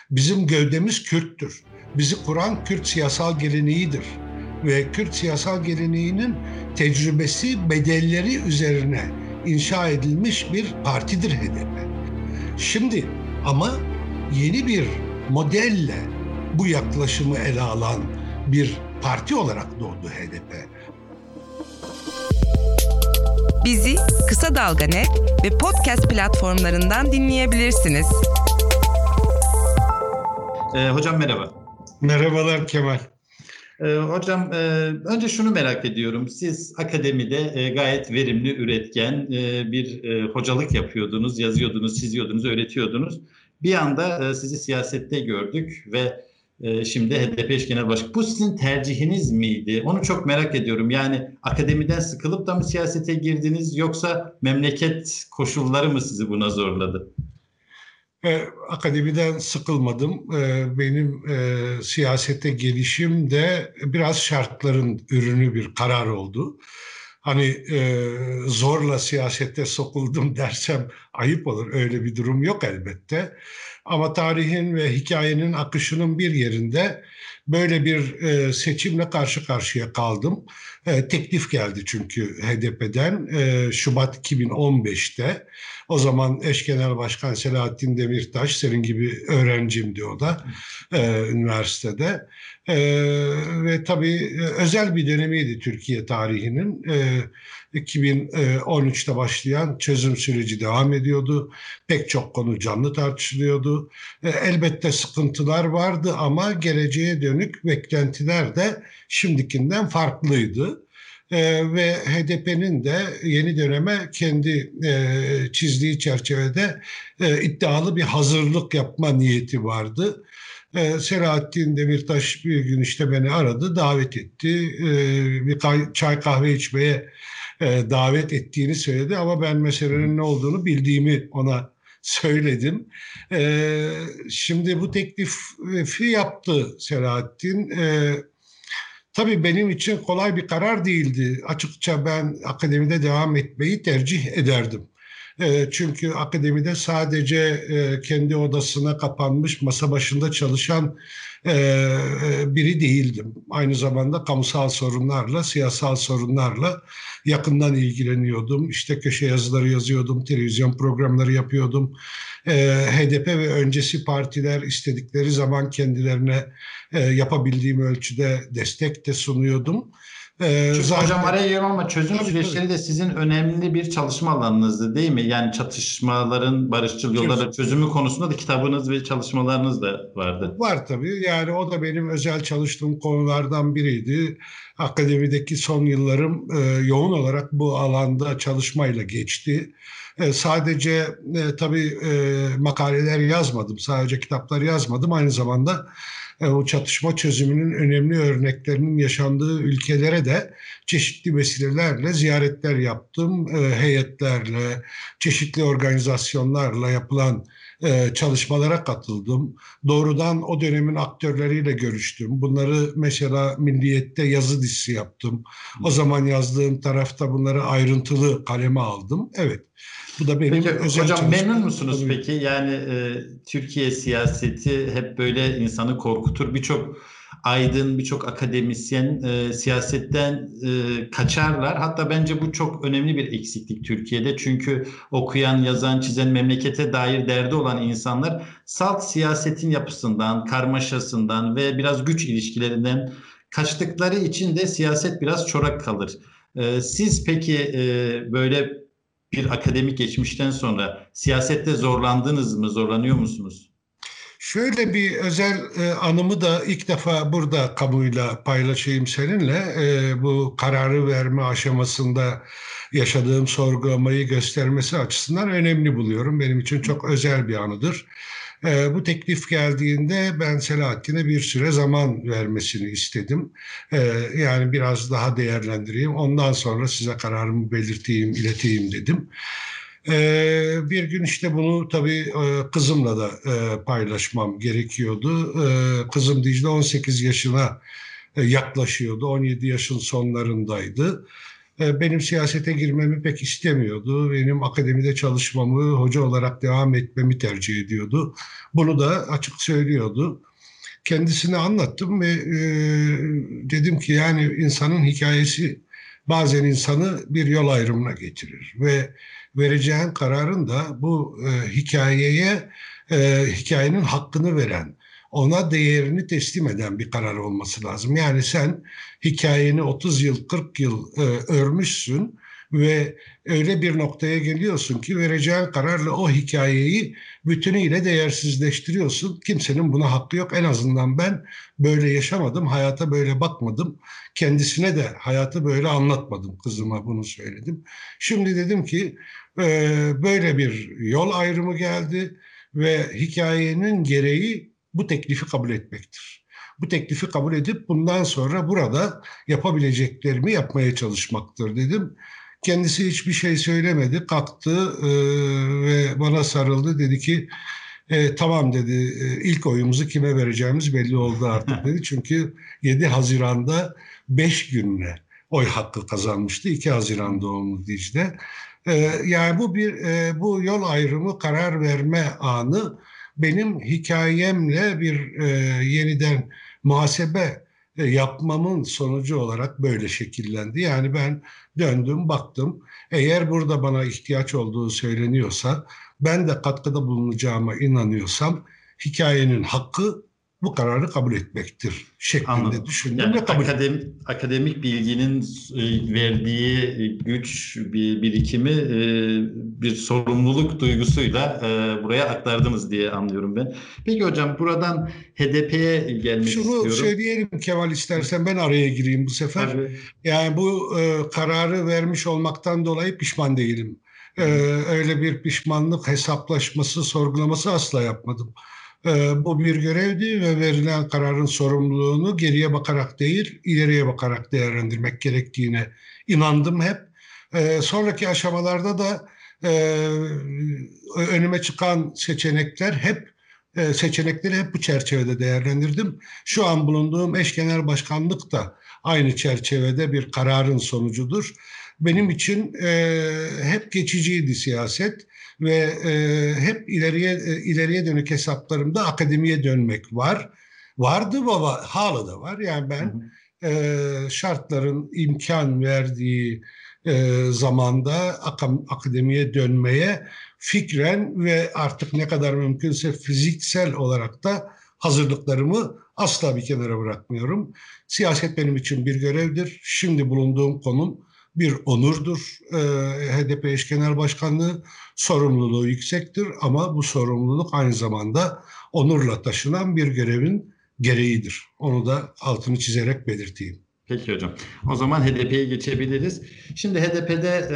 Bizim gövdemiz Kürttür. Bizi kuran Kürt siyasal geleneğidir. Ve Kürt siyasal geleneğinin tecrübesi, bedelleri üzerine inşa edilmiş bir partidir HDP. Şimdi ama yeni bir modelle bu yaklaşımı ele alan bir parti olarak doğdu HDP. Bizi Kısa Dalga Net ve podcast platformlarından dinleyebilirsiniz. Hocam merhaba. Merhabalar Kemal. Hocam önce şunu merak ediyorum. Siz akademide gayet verimli, üretken bir hocalık yapıyordunuz, yazıyordunuz, çiziyordunuz, öğretiyordunuz. Bir anda sizi siyasette gördük ve şimdi HDP eş genel başkanı. Bu sizin tercihiniz miydi? Onu çok merak ediyorum. Yani akademiden sıkılıp da mı siyasete girdiniz yoksa memleket koşulları mı sizi buna zorladı? Akademiden sıkılmadım. Benim siyasete gelişim de biraz şartların ürünü bir karar oldu. Hani zorla siyasete sokuldum dersem ayıp olur. Öyle bir durum yok elbette. Ama tarihin ve hikayenin akışının bir yerinde böyle bir seçimle karşı karşıya kaldım. Teklif geldi çünkü HDP'den Şubat 2015'te. O zaman eş genel başkan Selahattin Demirtaş, senin gibi öğrencimdi o da üniversitede. Ve tabii özel bir dönemiydi Türkiye tarihinin. 2013'te başlayan çözüm süreci devam ediyordu. Pek çok konu canlı tartışılıyordu. Elbette sıkıntılar vardı ama geleceğe dönük beklentiler de şimdikinden farklıydı. Ve HDP'nin de yeni döneme kendi çizdiği çerçevede iddialı bir hazırlık yapma niyeti vardı. Selahattin Demirtaş bir gün işte beni aradı, davet etti. Bir çay kahve içmeye davet ettiğini söyledi ama ben meselenin ne olduğunu bildiğimi ona söyledim. Şimdi bu teklifi yaptı Selahattin. Tabii benim için kolay bir karar değildi. Açıkça ben akademide devam etmeyi tercih ederdim. Çünkü akademide sadece kendi odasına kapanmış, masa başında çalışan biri değildim. Aynı zamanda kamusal sorunlarla, siyasal sorunlarla yakından ilgileniyordum. İşte köşe yazıları yazıyordum, televizyon programları yapıyordum. HDP ve öncesi partiler istedikleri zaman kendilerine yapabildiğim ölçüde destek de sunuyordum. Zaten, hocam araya giriyorum ama çözüm süreçleri de sizin önemli bir çalışma alanınızdı değil mi? Yani çatışmaların barışçıl yollarla çözümü konusunda da kitabınız ve çalışmalarınız da vardı. Var tabii. Yani o da benim özel çalıştığım konulardan biriydi. Akademideki son yıllarım yoğun olarak bu alanda çalışmayla geçti. Sadece tabii makaleler yazmadım, sadece kitaplar yazmadım. Aynı zamanda o çatışma çözümünün önemli örneklerinin yaşandığı ülkelere de çeşitli vesilelerle ziyaretler yaptım. Heyetlerle, çeşitli organizasyonlarla yapılan çalışmalara katıldım. Doğrudan o dönemin aktörleriyle görüştüm. Bunları mesela Milliyet'te yazı dizisi yaptım. O zaman yazdığım tarafta bunları ayrıntılı kaleme aldım. Evet. Bu da benim peki, özel hocam memnun musunuz peki? Yani Türkiye siyaseti hep böyle insanı korkutur. Birçok aydın, birçok akademisyen siyasetten kaçarlar. Hatta bence bu çok önemli bir eksiklik Türkiye'de. Çünkü okuyan, yazan, çizen, memlekete dair derdi olan insanlar salt siyasetin yapısından, karmaşasından ve biraz güç ilişkilerinden kaçtıkları için de siyaset biraz çorak kalır. Siz peki böyle bir akademik geçmişten sonra siyasette zorlandınız mı, zorlanıyor musunuz? Şöyle bir özel anımı da ilk defa burada kamuyla paylaşayım seninle. Bu kararı verme aşamasında yaşadığım sorgulamayı göstermesi açısından önemli buluyorum. Benim için çok özel bir anıdır. Bu teklif geldiğinde ben Selahattin'e bir süre zaman vermesini istedim. Yani biraz daha değerlendireyim. Ondan sonra size kararımı belirteyim, ileteyim dedim. Bir gün işte bunu tabii kızımla da paylaşmam gerekiyordu. Kızım Dicle 18 yaşına yaklaşıyordu. 17 yaşın sonlarındaydı. benim siyasete girmemi pek istemiyordu. Benim akademide çalışmamı, hoca olarak devam etmemi tercih ediyordu. Bunu da açık söylüyordu. Kendisine anlattım ve dedim ki yani insanın hikayesi bazen insanı bir yol ayrımına getirir ve vereceğin kararın da bu hikayenin hakkını veren, ona değerini teslim eden bir karar olması lazım. Yani sen hikayeni 30 yıl, 40 yıl örmüşsün ve öyle bir noktaya geliyorsun ki vereceğin kararla o hikayeyi bütünüyle değersizleştiriyorsun. Kimsenin buna hakkı yok. En azından ben böyle yaşamadım, hayata böyle bakmadım. Kendisine de hayatı böyle anlatmadım. Kızıma bunu söyledim. Şimdi dedim ki böyle bir yol ayrımı geldi ve hikayenin gereği bu teklifi kabul etmektir. Bu teklifi kabul edip bundan sonra burada yapabileceklerimi yapmaya çalışmaktır dedim. Kendisi hiçbir şey söylemedi, kalktı ve bana sarıldı. Dedi ki tamam dedi, ilk oyumuzu kime vereceğimiz belli oldu artık dedi. Çünkü 7 Haziran'da 5 günle oy hakkı kazanmıştı. 2 Haziran doğumlu Dicle. Yani bu yol ayrımı, karar verme anı benim hikayemle bir yeniden muhasebe yapmamın sonucu olarak böyle şekillendi. Yani ben döndüm, baktım. Eğer burada bana ihtiyaç olduğu söyleniyorsa, ben de katkıda bulunacağıma inanıyorsam, hikayenin hakkı bu kararı kabul etmektir şeklinde Anladım. düşündüm Yani ve kabul akademik bilginin verdiği güç, bir birikimi, bir sorumluluk duygusuyla buraya aktardınız diye anlıyorum ben. Peki hocam, buradan HDP'ye gelmek Şunu istiyorum. söyleyelim Kemal, istersen ben araya gireyim bu sefer. Tabii. Yani bu kararı vermiş olmaktan dolayı pişman değilim. Öyle bir pişmanlık hesaplaşması, sorgulaması asla yapmadım. Bu bir görevdi ve verilen kararın sorumluluğunu geriye bakarak değil, ileriye bakarak değerlendirmek gerektiğine inandım hep. Sonraki aşamalarda da önüme çıkan seçenekleri hep bu çerçevede değerlendirdim. Şu an bulunduğum eş genel başkanlık da aynı çerçevede bir kararın sonucudur. Benim için hep geçiciydi siyaset ve hep ileriye dönük hesaplarımda akademiye dönmek var. Vardı baba, hala da var. Yani ben şartların imkan verdiği zamanda akademiye dönmeye fikren ve artık ne kadar mümkünse fiziksel olarak da hazırlıklarımı asla bir kenara bırakmıyorum. Siyaset benim için bir görevdir. Şimdi bulunduğum konum bir onurdur. HDP eş genel başkanlığı sorumluluğu yüksektir ama bu sorumluluk aynı zamanda onurla taşınan bir görevin gereğidir. Onu da altını çizerek belirteyim. Peki hocam. O zaman HDP'ye geçebiliriz. Şimdi HDP'de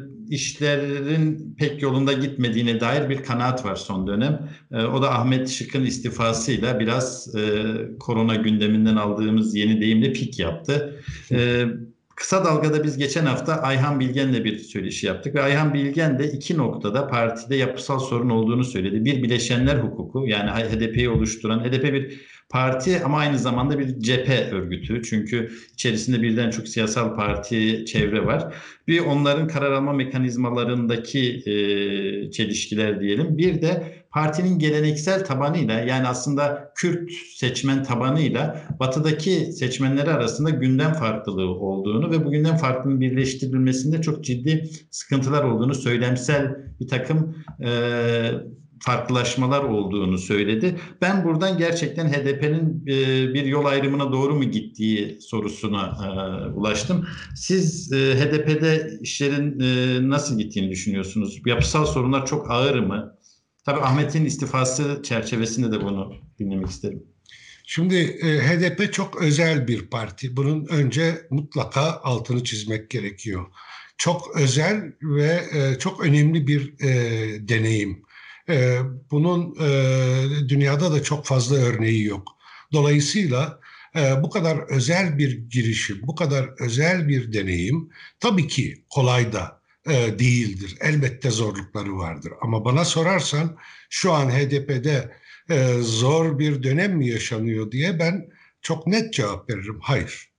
işlerin pek yolunda gitmediğine dair bir kanaat var son dönem. O da Ahmet Şık'ın istifasıyla biraz korona gündeminden aldığımız yeni deyimle pik yaptı. Kısa Dalga'da biz geçen hafta Ayhan Bilgen'le bir söyleşi yaptık ve Ayhan Bilgen de 2 noktada partide yapısal sorun olduğunu söyledi. Bir, bileşenler hukuku, yani HDP'yi oluşturan, HDP bir parti ama aynı zamanda bir cephe örgütü. Çünkü içerisinde birden çok siyasal parti çevre var. Bir, onların karar alma mekanizmalarındaki çelişkiler diyelim. Bir de partinin geleneksel tabanıyla, yani aslında Kürt seçmen tabanıyla batıdaki seçmenleri arasında gündem farklılığı olduğunu ve bu gündem farklılığının birleştirilmesinde çok ciddi sıkıntılar olduğunu, söylemsel bir takım farklılaşmalar olduğunu söyledi. Ben buradan gerçekten HDP'nin bir yol ayrımına doğru mu gittiği sorusuna ulaştım. Siz HDP'de işlerin nasıl gittiğini düşünüyorsunuz? Yapısal sorunlar çok ağır mı? Tabii Ahmet'in istifası çerçevesinde de bunu dinlemek isterim. Şimdi HDP çok özel bir parti. Bunun önce mutlaka altını çizmek gerekiyor. Çok özel ve çok önemli bir deneyim. Bunun dünyada da çok fazla örneği yok. Dolayısıyla bu kadar özel bir girişim, bu kadar özel bir deneyim tabii ki kolay da değildir. Elbette zorlukları vardır. Ama bana sorarsan şu an HDP'de zor bir dönem mi yaşanıyor diye ben çok net cevap veririm. Hayır.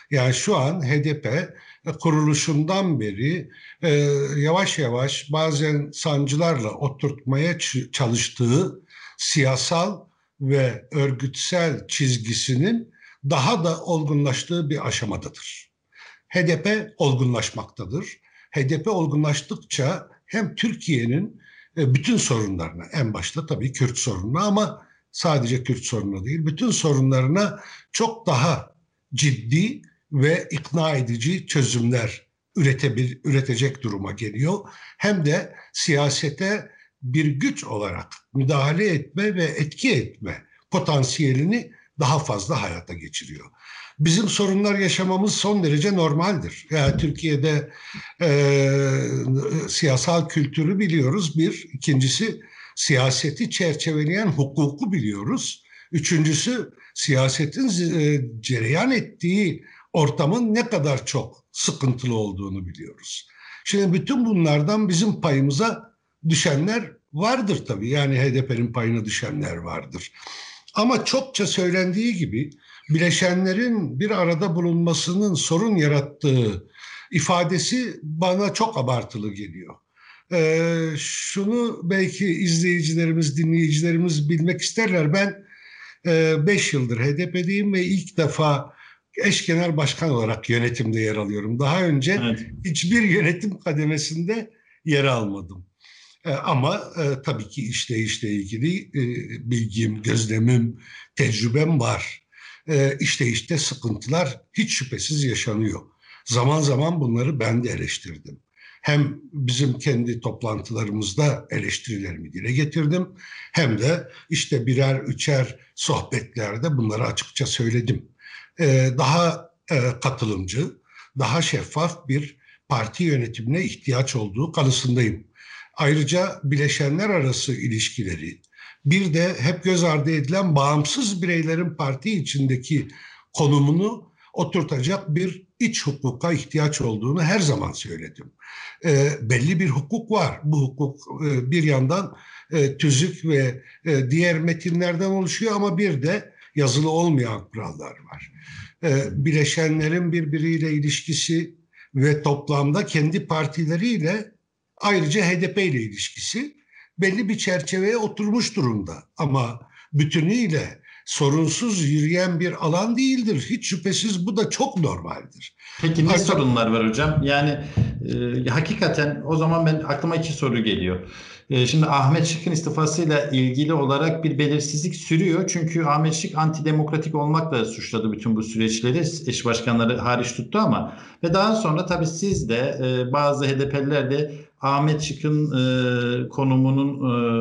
Yani şu an HDP kuruluşundan beri e, yavaş yavaş bazen sancılarla oturtmaya çalıştığı siyasal ve örgütsel çizgisinin daha da olgunlaştığı bir aşamadadır. HDP olgunlaşmaktadır. HDP olgunlaştıkça hem Türkiye'nin bütün sorunlarına, en başta tabii Kürt sorununa ama sadece Kürt sorunu değil, bütün sorunlarına çok daha ciddi ve ikna edici çözümler üretecek duruma geliyor. Hem de siyasete bir güç olarak müdahale etme ve etki etme potansiyelini daha fazla hayata geçiriyor. Bizim sorunlar yaşamamız son derece normaldir. Yani Türkiye'de siyasal kültürü biliyoruz bir. İkincisi siyaseti çerçeveleyen hukuku biliyoruz. Üçüncüsü siyasetin cereyan ettiği ortamın ne kadar çok sıkıntılı olduğunu biliyoruz. Şimdi bütün bunlardan bizim payımıza düşenler vardır tabii. Yani HDP'nin payına düşenler vardır. Ama çokça söylendiği gibi bileşenlerin bir arada bulunmasının sorun yarattığı ifadesi bana çok abartılı geliyor. Şunu belki izleyicilerimiz, dinleyicilerimiz bilmek isterler. Ben 5 yıldır HDP'deyim ve ilk defa eş genel başkan olarak yönetimde yer alıyorum. Daha önce hiçbir yönetim kademesinde yer almadım. Ama tabii ki işleyişle ilgili bilgim, gözlemim, tecrübem var. İşleyişte sıkıntılar hiç şüphesiz yaşanıyor. Zaman zaman bunları ben de eleştirdim. Hem bizim kendi toplantılarımızda eleştirilerimi dile getirdim, hem de işte birer üçer sohbetlerde bunları açıkça söyledim. Daha katılımcı, daha şeffaf bir parti yönetimine ihtiyaç olduğu kanısındayım. Ayrıca bileşenler arası ilişkileri, bir de hep göz ardı edilen bağımsız bireylerin parti içindeki konumunu oturtacak bir iç hukuka ihtiyaç olduğunu her zaman söyledim. Belli bir hukuk var. Bu hukuk bir yandan tüzük ve diğer metinlerden oluşuyor ama bir de yazılı olmayan kurallar var. Bileşenlerin birbiriyle ilişkisi ve toplamda kendi partileriyle ayrıca HDP ile ilişkisi belli bir çerçeveye oturmuş durumda. Ama bütünüyle sorunsuz yürüyen bir alan değildir. Hiç şüphesiz bu da çok normaldir. Peki ne sorunlar var hocam? Yani hakikaten o zaman aklıma iki soru geliyor. Şimdi Ahmet Şık'ın istifasıyla ilgili olarak bir belirsizlik sürüyor. Çünkü Ahmet Şık antidemokratik olmakla suçladı bütün bu süreçleri. Eş başkanları hariç tuttu ama. Ve daha sonra tabii siz de bazı HDP'liler de Ahmet Şık'ın konumunun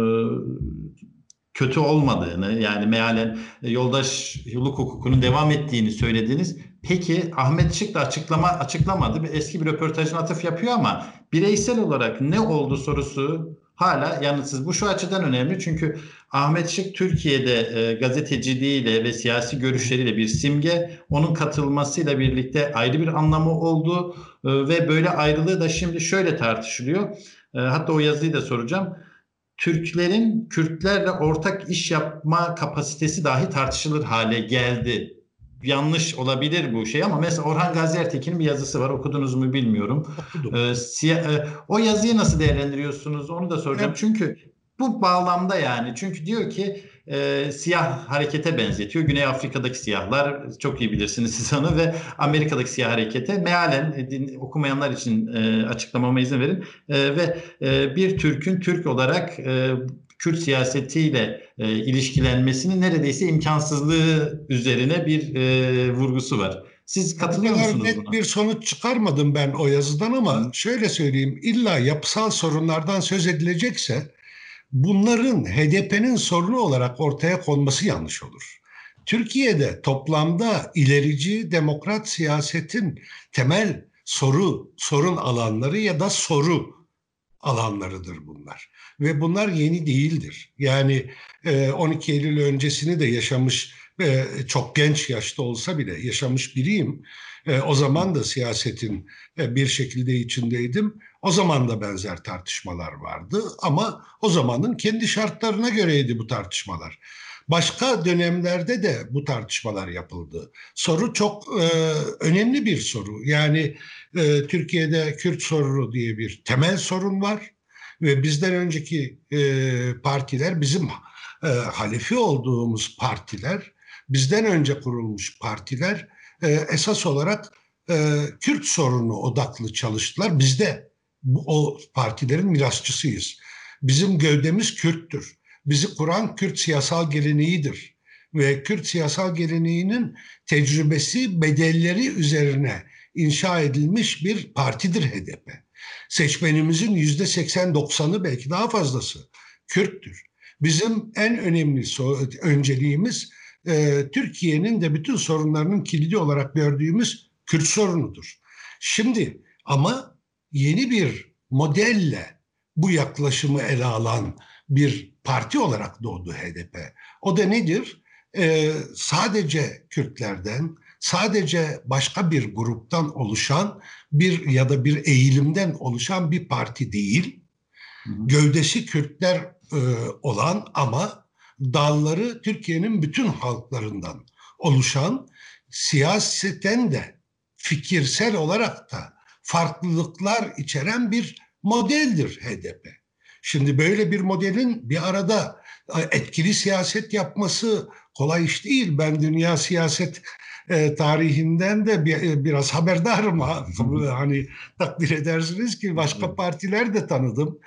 kötü olmadığını, yani mealen yoldaşlık hukukunun devam ettiğini söylediniz. Peki Ahmet Şık da açıklamadı. Eski bir röportajına atıf yapıyor ama bireysel olarak ne oldu sorusu hala yanıtsız. Bu şu açıdan önemli çünkü Ahmet Şık Türkiye'de gazeteciliğiyle ve siyasi görüşleriyle bir simge. Onun katılmasıyla birlikte ayrı bir anlamı oldu ve böyle ayrılığı da şimdi şöyle tartışılıyor. Hatta o yazıyı da soracağım. Türklerin Kürtlerle ortak iş yapma kapasitesi dahi tartışılır hale geldi. Yanlış olabilir bu şey ama mesela Orhan Gazi Ertekin'in bir yazısı var. Okudunuz mu bilmiyorum. O yazıyı nasıl değerlendiriyorsunuz? Onu da soracağım. Evet. Çünkü bu bağlamda yani. Çünkü diyor ki siyah harekete benzetiyor. Güney Afrika'daki siyahlar çok iyi bilirsiniz siz onu ve Amerika'daki siyah harekete mealen okumayanlar için açıklamama izin verin. Ve bir Türk'ün Türk olarak Kürt siyasetiyle ilişkilenmesinin neredeyse imkansızlığı üzerine bir vurgusu var. Siz katılıyor musunuz buna? Net bir sonuç çıkarmadım ben o yazıdan ama şöyle söyleyeyim, illa yapısal sorunlardan söz edilecekse bunların HDP'nin sorunu olarak ortaya konması yanlış olur. Türkiye'de toplamda ilerici demokrat siyasetin temel sorun alanları ya da soru alanlarıdır bunlar. Ve bunlar yeni değildir. Yani 12 Eylül öncesini de yaşamış, çok genç yaşta olsa bile yaşamış biriyim. O zaman da siyasetin bir şekilde içindeydim. O zaman da benzer tartışmalar vardı ama o zamanın kendi şartlarına göreydi bu tartışmalar. Başka dönemlerde de bu tartışmalar yapıldı. Soru çok önemli bir soru. Yani Türkiye'de Kürt sorunu diye bir temel sorun var ve bizden önceki partiler, bizim halefi olduğumuz partiler, bizden önce kurulmuş partiler esas olarak Kürt sorunu odaklı çalıştılar. Biz de o partilerin mirasçısıyız. Bizim gövdemiz Kürttür. Bizi kuran Kürt siyasal geleneğidir. Ve Kürt siyasal geleneğinin tecrübesi, bedelleri üzerine inşa edilmiş bir partidir HDP. Seçmenimizin %80-90'ı, belki daha fazlası Kürttür. Bizim en önemli önceliğimiz Türkiye'nin de bütün sorunlarının kilidi olarak gördüğümüz Kürt sorunudur. Şimdi ama yeni bir modelle bu yaklaşımı ele alan bir parti olarak doğdu HDP. O da nedir? Sadece Kürtlerden, sadece başka bir gruptan oluşan bir ya da bir eğilimden oluşan bir parti değil. Gövdesi Kürtler olan ama dalları Türkiye'nin bütün halklarından oluşan, siyaseten de fikirsel olarak da farklılıklar içeren bir modeldir HDP. Şimdi böyle bir modelin bir arada etkili siyaset yapması kolay iş değil. Ben dünya siyaset tarihinden de biraz haberdarım. Hani takdir edersiniz ki başka partiler de tanıdım.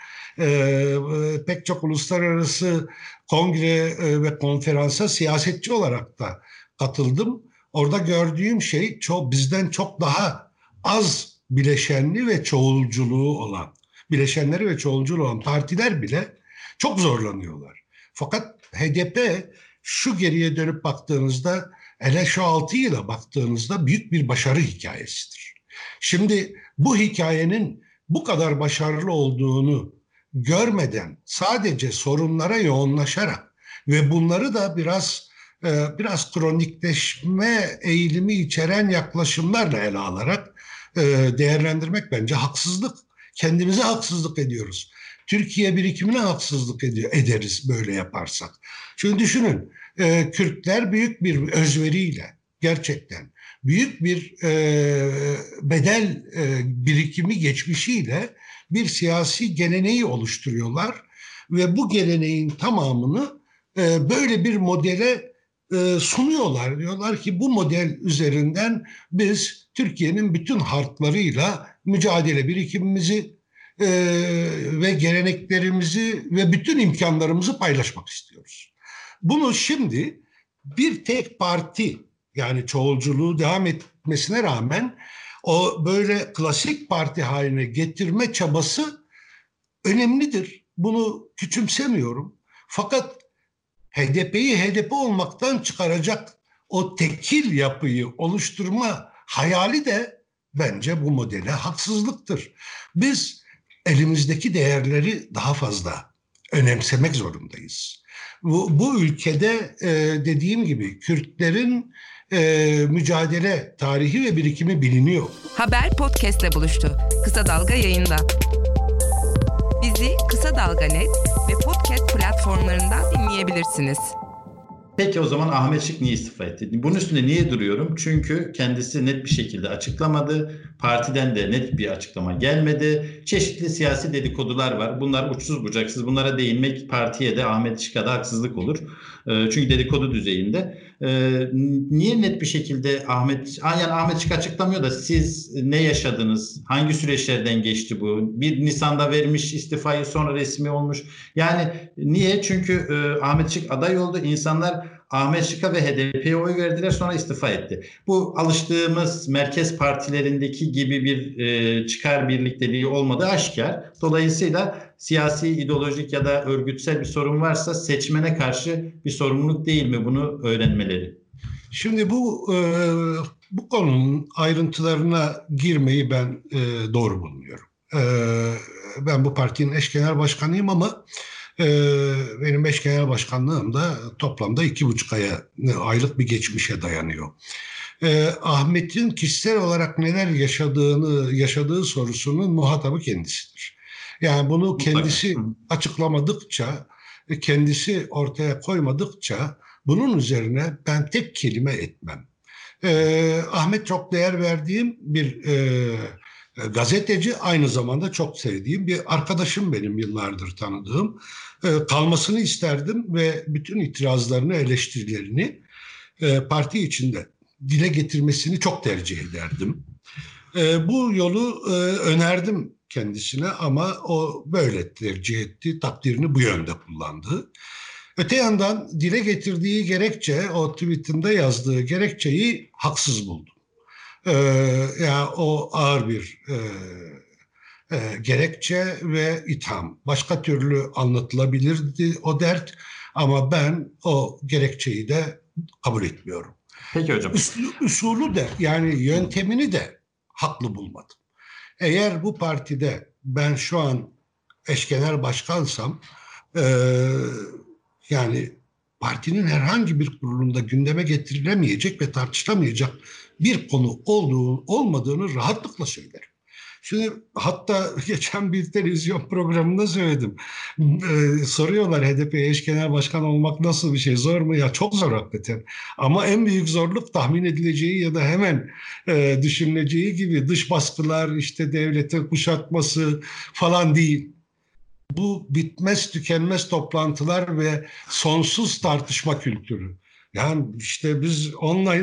Pek çok uluslararası kongre ve konferansa siyasetçi olarak da katıldım. Orada gördüğüm şey bizden çok daha az bileşenli ve çoğulculuğu olan, bileşenleri ve çoğulculuğu olan partiler bile çok zorlanıyorlar. Fakat HDP şu geriye dönüp baktığınızda, hele şu 6 yıla baktığınızda büyük bir başarı hikayesidir. Şimdi bu hikayenin bu kadar başarılı olduğunu görmeden sadece sorunlara yoğunlaşarak ve bunları da biraz kronikleşme eğilimi içeren yaklaşımlarla ele alarak değerlendirmek bence haksızlık. Kendimize haksızlık ediyoruz. Türkiye birikimine haksızlık ederiz böyle yaparsak. Şimdi düşünün, Kürtler büyük bir özveriyle, gerçekten büyük bir bedel birikimi geçmişiyle bir siyasi geleneği oluşturuyorlar ve bu geleneğin tamamını böyle bir modele sunuyorlar. Diyorlar ki bu model üzerinden biz Türkiye'nin bütün hartlarıyla mücadele birikimimizi ve geleneklerimizi ve bütün imkanlarımızı paylaşmak istiyoruz. Bunu şimdi bir tek parti, yani çoğulculuğu devam etmesine rağmen o böyle klasik parti haline getirme çabası önemlidir. Bunu küçümsemiyorum. Fakat HDP'yi HDP olmaktan çıkaracak o tekil yapıyı oluşturma hayali de bence bu modele haksızlıktır. Biz elimizdeki değerleri daha fazla önemsemek zorundayız. Bu ülkede dediğim gibi Kürtlerin mücadele tarihi ve birikimi biliniyor. Haber podcast'le buluştu. Kısa Dalga yayında. Bizi Kısa Dalga Net ve podcast platformlarından dinleyebilirsiniz. Peki o zaman Ahmet Şık niye istifa etti? Bunun üstünde niye duruyorum? Çünkü kendisi net bir şekilde açıklamadı. Partiden de net bir açıklama gelmedi. Çeşitli siyasi dedikodular var. Bunlar uçsuz bucaksız. Bunlara değinmek partiye de Ahmet Şık'a da haksızlık olur. Çünkü dedikodu düzeyinde. Niye net bir şekilde Ahmet Şık açıklamıyor da siz ne yaşadınız? Hangi süreçlerden geçti bu? 1 Nisan'da vermiş istifayı, sonra resmi olmuş. Yani niye? Çünkü Ahmet Şık aday oldu. İnsanlar Ahmet Şık'a ve HDP'ye oy verdiler, sonra istifa etti. Bu alıştığımız merkez partilerindeki gibi bir çıkar birlikteliği olmadığı aşikar. Dolayısıyla siyasi, ideolojik ya da örgütsel bir sorun varsa seçmene karşı bir sorumluluk değil mi? Bunu öğrenmeleri. Şimdi bu konunun ayrıntılarına girmeyi ben doğru bulmuyorum. Ben bu partinin eş genel başkanıyım ama benim eş genel başkanlığım da toplamda 2,5 aylık bir geçmişe dayanıyor. Ahmet'in kişisel olarak neler yaşadığı sorusunun muhatabı kendisidir. Yani bunu kendisi açıklamadıkça, kendisi ortaya koymadıkça Bunun üzerine ben tek kelime etmem. Ahmet çok değer verdiğim bir gazeteci, aynı zamanda çok sevdiğim bir arkadaşım, benim yıllardır tanıdığım. Kalmasını isterdim ve bütün itirazlarını, eleştirilerini parti içinde dile getirmesini çok tercih ederdim. Bu yolu önerdim kendisine ama o böyle tercih etti, takdirini bu yönde kullandı. Öte yandan dile getirdiği gerekçe, o tweetinde yazdığı gerekçeyi haksız buldum. Yani o ağır bir gerekçe ve itham. Başka türlü anlatılabilirdi o dert ama ben o gerekçeyi de kabul etmiyorum. Peki hocam. Usulü de, yani yöntemini de haklı bulmadım. Eğer bu partide ben şu an eş genel başkansam, yani partinin herhangi bir kurulunda gündeme getirilemeyecek ve tartışılamayacak bir konu olmadığını rahatlıkla söylerim. Şimdi hatta geçen bir televizyon programında söyledim. Soruyorlar, HDP'ye eş genel başkan olmak nasıl bir şey, zor mu? Ya çok zor hakikaten. Ama en büyük zorluk tahmin edileceği ya da hemen düşünüleceği gibi dış baskılar, işte devletin kuşatması falan değil. Bu bitmez tükenmez toplantılar ve sonsuz tartışma kültürü. Yani işte biz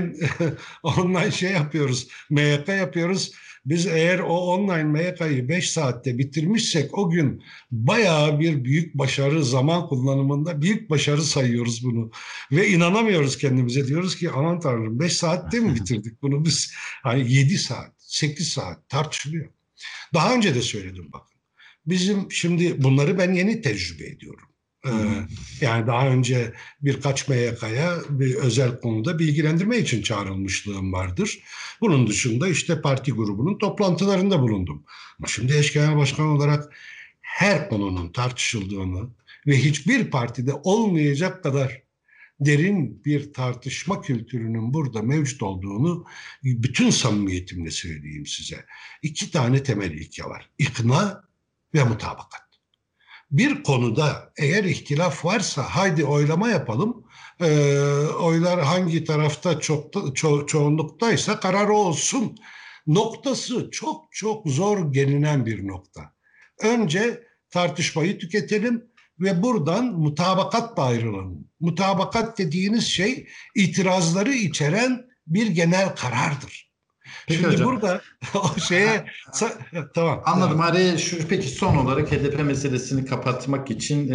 online şey yapıyoruz, MYK yapıyoruz. Biz eğer o online MYK'yı 5 saatte bitirmişsek o gün bayağı bir büyük başarı, zaman kullanımında büyük başarı sayıyoruz bunu. Ve inanamıyoruz kendimize, diyoruz ki aman tanrım 5 saatte mi bitirdik bunu biz? Hani 7 saat, 8 saat tartışılıyor. Daha önce de söyledim bak. Bizim şimdi bunları ben yeni tecrübe ediyorum. Yani daha önce birkaç MYK'ya bir özel konuda bilgilendirme için çağrılmışlığım vardır. Bunun dışında işte parti grubunun toplantılarında bulundum. Ama şimdi eş genel başkan olarak her konunun tartışıldığını ve hiçbir partide olmayacak kadar derin bir tartışma kültürünün burada mevcut olduğunu bütün samimiyetimle söyleyeyim size. 2 tane temel ilke var: İkna ve mutabakat. Bir konuda eğer ihtilaf varsa haydi oylama yapalım. Oylar hangi tarafta çoğunluktaysa karar olsun noktası çok çok zor gelinen bir nokta. Önce tartışmayı tüketelim ve buradan mutabakatla ayrılalım. Mutabakat dediğiniz şey itirazları içeren bir genel karardır. Peki Şimdi hocam. burada o şeye tamam. Anladım. Araya peki son olarak HDP meselesini kapatmak için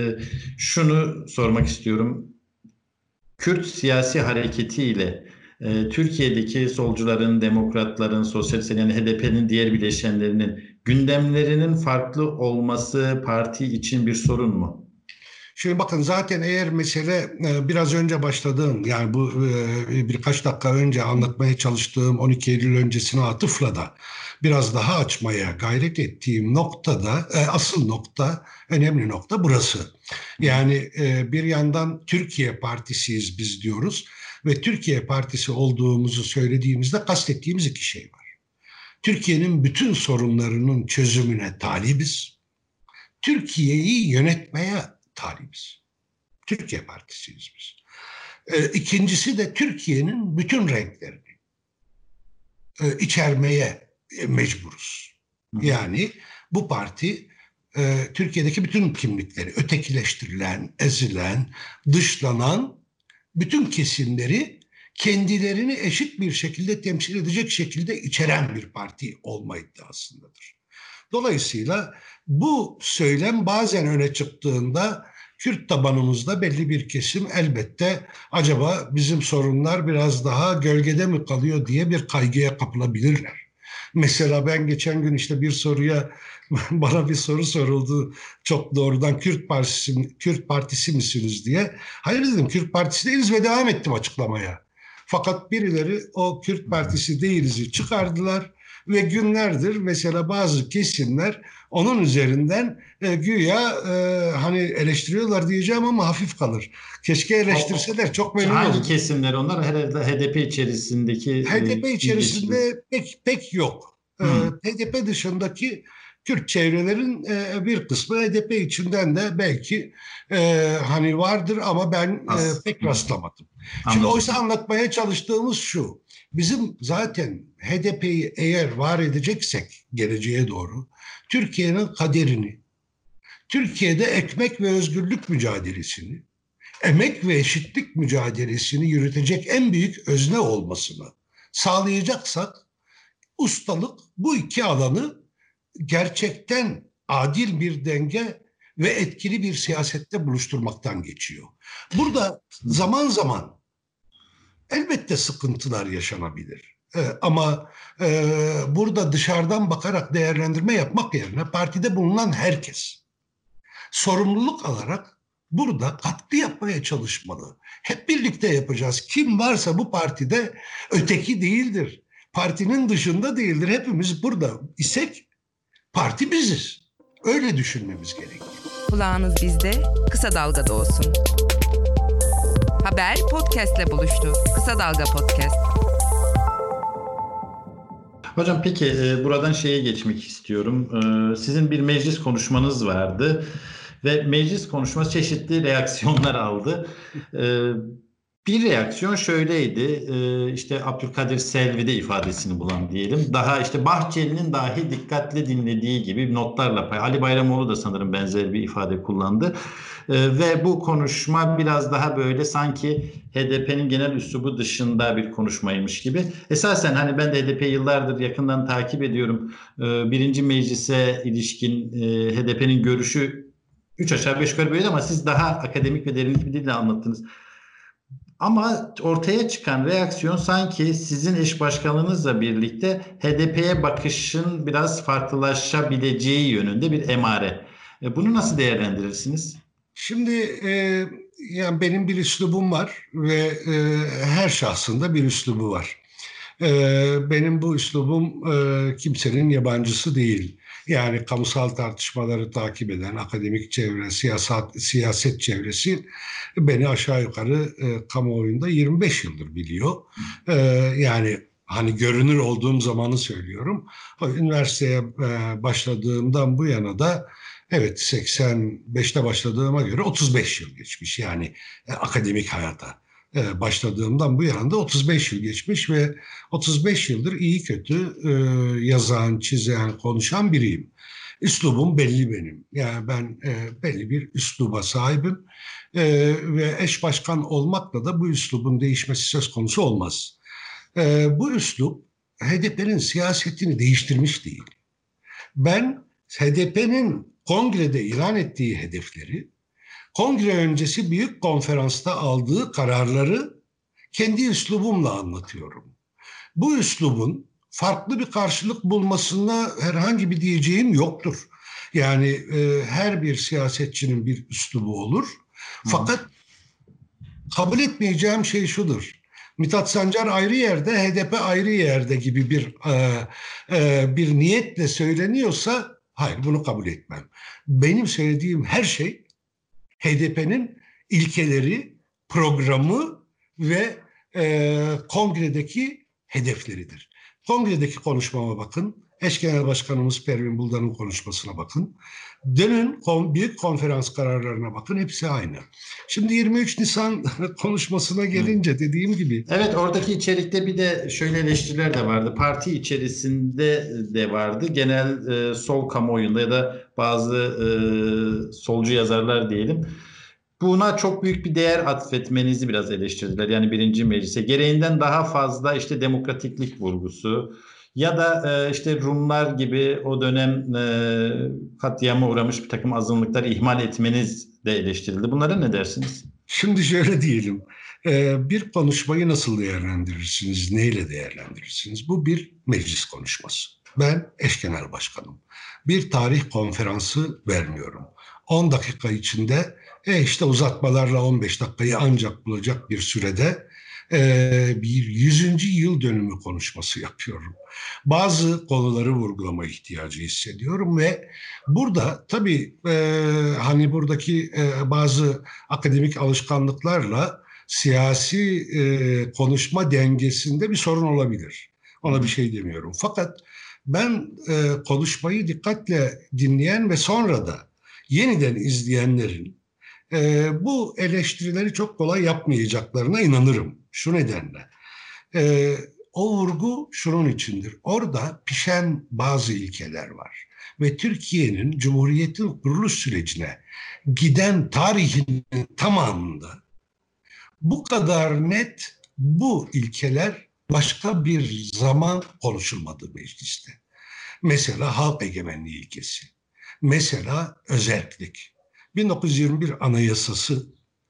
şunu sormak istiyorum. Kürt siyasi hareketiyle Türkiye'deki solcuların, demokratların, sosyalistlerin, yani HDP'nin diğer bileşenlerinin gündemlerinin farklı olması parti için bir sorun mu? Şimdi bakın, zaten eğer mesele biraz önce başladığım, yani bu birkaç dakika önce anlatmaya çalıştığım 12 Eylül öncesine atıfla da biraz daha açmaya gayret ettiğim noktada asıl nokta, önemli nokta burası. Yani bir yandan Türkiye Partisiyiz biz diyoruz ve Türkiye Partisi olduğumuzu söylediğimizde kastettiğimiz 2 şey var. Türkiye'nin bütün sorunlarının çözümüne talibiz. Türkiye'yi yönetmeye talibiz. Türkiye Partisiyiz biz. İkincisi de Türkiye'nin bütün renklerini içermeye mecburuz. Yani bu parti Türkiye'deki bütün kimlikleri, ötekileştirilen, ezilen, dışlanan bütün kesimleri kendilerini eşit bir şekilde temsil edecek şekilde içeren bir parti olma iddiasındadır. Dolayısıyla bu söylem bazen öne çıktığında Kürt tabanımızda belli bir kesim elbette acaba bizim sorunlar biraz daha gölgede mi kalıyor diye bir kaygıya kapılabilirler. Mesela ben geçen gün işte bir soruya bana bir soru soruldu, çok doğrudan Kürt Partisi misiniz diye. Hayır dedim, Kürt Partisi değiliz ve devam ettim açıklamaya. Fakat birileri o Kürt Partisi değiliz'i çıkardılar ve günlerdir mesela bazı kesimler onun üzerinden güya hani eleştiriyorlar diyeceğim ama hafif kalır. Keşke eleştirseler, çok memnun olurum. Hangi kesimler onlar? Herhalde HDP içerisindeki HDP içerisinde pek yok. HDP dışındaki Kürt çevrelerin bir kısmı HDP içinden de belki hani vardır ama ben pek rastlamadım. Şimdi oysa anlatmaya çalıştığımız şu. Bizim zaten HDP'yi eğer var edeceksek geleceğe doğru Türkiye'nin kaderini, Türkiye'de ekmek ve özgürlük mücadelesini, emek ve eşitlik mücadelesini yürütecek en büyük özne olmasını sağlayacaksak ustalık bu iki alanı gerçekten adil bir denge ve etkili bir siyasette buluşturmaktan geçiyor. Burada zaman zaman elbette sıkıntılar yaşanabilir. Ama burada dışarıdan bakarak değerlendirme yapmak yerine partide bulunan herkes sorumluluk alarak burada katkı yapmaya çalışmalı. Hep birlikte yapacağız. Kim varsa bu partide öteki değildir. Partinin dışında değildir. Hepimiz burada isek parti biziz. Öyle düşünmemiz gerekiyor. Kulağınız bizde, Kısa Dalga'da olsun. Haber podcast'le buluştu. Kısa Dalga Podcast. Hocam peki buradan şeye geçmek istiyorum. Sizin bir meclis konuşmanız vardı ve meclis konuşması çeşitli reaksiyonlar aldı. Bir reaksiyon şöyleydi, işte Abdülkadir Selvi'de ifadesini bulan diyelim. Daha işte Bahçeli'nin dahi dikkatle dinlediği gibi notlarla Ali Bayramoğlu da sanırım benzer bir ifade kullandı. Ve bu konuşma biraz daha böyle sanki HDP'nin genel üslubu dışında bir konuşmaymış gibi. Esasen hani ben de HDP'yi yıllardır yakından takip ediyorum. Birinci meclise ilişkin HDP'nin görüşü 3 aşağı 5 yukarı böyle ama siz daha akademik ve derinlik bir dille anlattınız. Ama ortaya çıkan reaksiyon sanki sizin eş başkanlığınızla birlikte HDP'ye bakışın biraz farklılaşabileceği yönünde bir emare. Bunu nasıl değerlendirirsiniz? Şimdi yani benim bir üslubum var ve her şahsın da bir üslubu var. Benim bu üslubum kimsenin yabancısı değil. Yani kamusal tartışmaları takip eden akademik çevre, siyaset çevresi beni aşağı yukarı kamuoyunda 25 yıldır biliyor. Yani hani görünür olduğum zamanı söylüyorum. Üniversiteye başladığımdan bu yana da evet 85'te başladığıma göre 35 yıl geçmiş yani akademik hayata. Başladığımdan bu yana da 35 yıl geçmiş ve 35 yıldır iyi kötü yazan, çizen, konuşan biriyim. Üslubum belli benim. Yani ben belli bir üsluba sahibim ve eş başkan olmakla da bu üslubun değişmesi söz konusu olmaz. Bu üslup HDP'nin siyasetini değiştirmiş değil. Ben HDP'nin kongrede ilan ettiği hedefleri, kongre öncesi büyük konferansta aldığı kararları kendi üslubumla anlatıyorum. Bu üslubun farklı bir karşılık bulmasına herhangi bir diyeceğim yoktur. Yani her bir siyasetçinin bir üslubu olur. Fakat kabul etmeyeceğim şey şudur. Mithat Sancar ayrı yerde, HDP ayrı yerde gibi bir niyetle söyleniyorsa hayır bunu kabul etmem. Benim söylediğim her şey HDP'nin ilkeleri, programı ve kongredeki hedefleridir. Kongredeki konuşmama bakın. Eş Genel Başkanımız Pervin Buldan'ın konuşmasına bakın. Dönün büyük konferans kararlarına bakın. Hepsi aynı. Şimdi 23 Nisan konuşmasına gelince dediğim gibi. Evet, oradaki içerikte bir de şöyle eleştiriler de vardı. Parti içerisinde de vardı. Genel sol kamuoyunda ya da bazı solcu yazarlar diyelim. Buna çok büyük bir değer atfetmenizi biraz eleştirdiler. Yani birinci meclise gereğinden daha fazla işte demokratiklik vurgusu ya da işte Rumlar gibi o dönem katliama uğramış bir takım azınlıkları ihmal etmeniz de eleştirildi. Bunlara ne dersiniz? Şimdi şöyle diyelim. Bir konuşmayı nasıl değerlendirirsiniz, neyle değerlendirirsiniz? Bu bir meclis konuşması. Ben eş genel başkanım. Bir tarih konferansı vermiyorum. 10 dakika içinde işte uzatmalarla 15 dakikayı ancak bulacak bir sürede bir 100. yıl dönümü konuşması yapıyorum. Bazı konuları vurgulama ihtiyacı hissediyorum ve burada tabii hani buradaki bazı akademik alışkanlıklarla siyasi konuşma dengesinde bir sorun olabilir. Ona bir şey demiyorum. Fakat Ben konuşmayı dikkatle dinleyen ve sonra da yeniden izleyenlerin bu eleştirileri çok kolay yapmayacaklarına inanırım. Şu nedenle. O vurgu şunun içindir. Orada pişen bazı ilkeler var. Ve Türkiye'nin Cumhuriyet'in kuruluş sürecine giden tarihinin tamamında bu kadar net bu ilkeler başka bir zaman konuşulmadı mecliste. Mesela halk egemenliği ilkesi. Mesela özerklik. 1921 Anayasası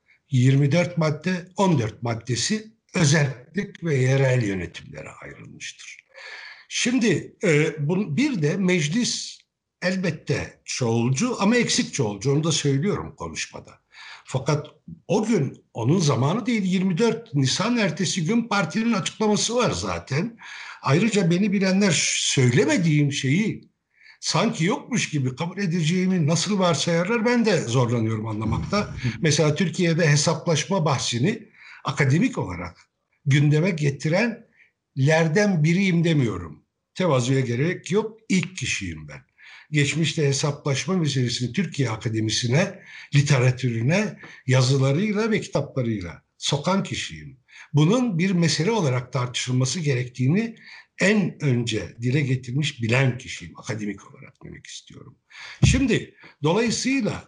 24 madde, 14 maddesi özerklik ve yerel yönetimlere ayrılmıştır. Şimdi bir de meclis elbette çoğulcu ama eksik çoğulcu, onu da söylüyorum konuşmada. Fakat o gün onun zamanı değil, 24 Nisan ertesi gün partinin açıklaması var zaten. Ayrıca beni bilenler söylemediğim şeyi sanki yokmuş gibi kabul edeceğimi nasıl varsayarlar, ben de zorlanıyorum anlamakta. Mesela Türkiye'de hesaplaşma bahsini akademik olarak gündeme getirenlerden biriyim demiyorum. Tevazuya gerek yok, ilk kişiyim ben. Geçmişte hesaplaşma meselesini Türkiye Akademisi'ne, literatürüne, yazılarıyla ve kitaplarıyla sokan kişiyim. Bunun bir mesele olarak tartışılması gerektiğini en önce dile getirmiş bilen kişiyim, akademik olarak demek istiyorum. Şimdi dolayısıyla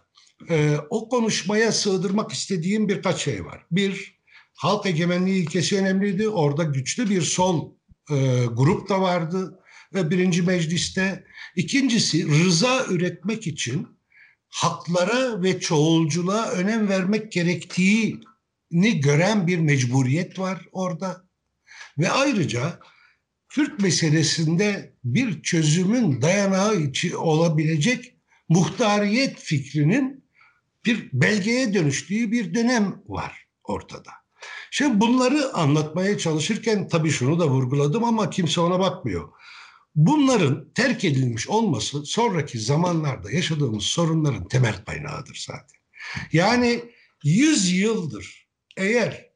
o konuşmaya sığdırmak istediğim birkaç şey var. Bir, halk egemenliği ilkesi önemliydi. Orada güçlü bir sol grup da vardı birinci mecliste. İkincisi, rıza üretmek için haklara ve çoğulculuğa önem vermek gerektiğini gören bir mecburiyet var orada. Ve ayrıca Kürt meselesinde bir çözümün dayanağı için olabilecek muhtariyet fikrinin bir belgeye dönüştüğü bir dönem var ortada. Şimdi bunları anlatmaya çalışırken tabii şunu da vurguladım ama kimse ona bakmıyor. Bunların terk edilmiş olması sonraki zamanlarda yaşadığımız sorunların temel kaynağıdır zaten. Yani 100 yıldır eğer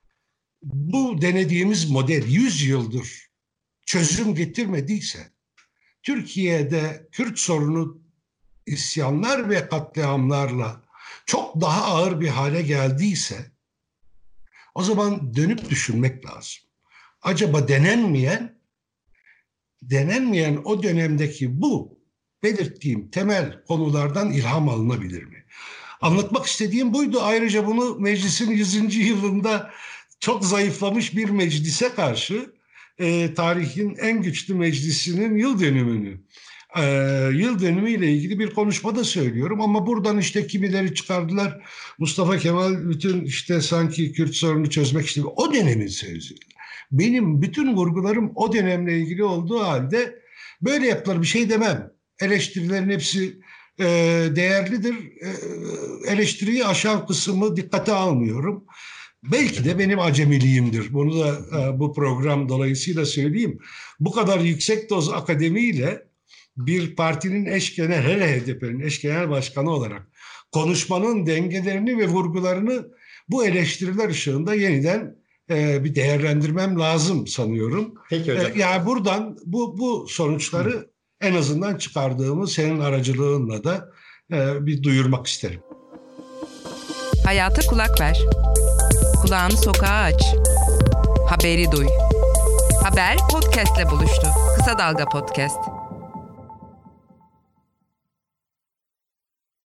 bu denediğimiz model 100 yıldır çözüm getirmediyse, Türkiye'de Kürt sorunu isyanlar ve katliamlarla çok daha ağır bir hale geldiyse, o zaman dönüp düşünmek lazım. Acaba denenmeyen o dönemdeki bu belirttiğim temel konulardan ilham alınabilir mi? Anlatmak istediğim buydu. Ayrıca bunu meclisin 100. yılında çok zayıflamış bir meclise karşı tarihin en güçlü meclisinin yıl dönümüyle ilgili bir konuşmada söylüyorum ama buradan işte kimileri çıkardılar. Mustafa Kemal bütün işte sanki Kürt sorunu çözmek istedi. O dönemin sözü. Benim bütün vurgularım o dönemle ilgili olduğu halde böyle yapılar, bir şey demem. Eleştirilerin hepsi değerlidir. Eleştiriyi aşan kısmı dikkate almıyorum. Belki de benim acemiliğimdir. Bunu da bu program dolayısıyla söyleyeyim. Bu kadar yüksek doz akademiyle bir partinin hele HDP'nin eş genel başkanı olarak konuşmanın dengelerini ve vurgularını bu eleştiriler ışığında yeniden bir değerlendirmem lazım sanıyorum. Peki hocam. Yani buradan bu sonuçları en azından çıkardığımı senin aracılığınla da bir duyurmak isterim. Hayata kulak ver. Kulağını sokağa aç. Haberi duy. Haber podcast'le buluştu. Kısa Dalga Podcast.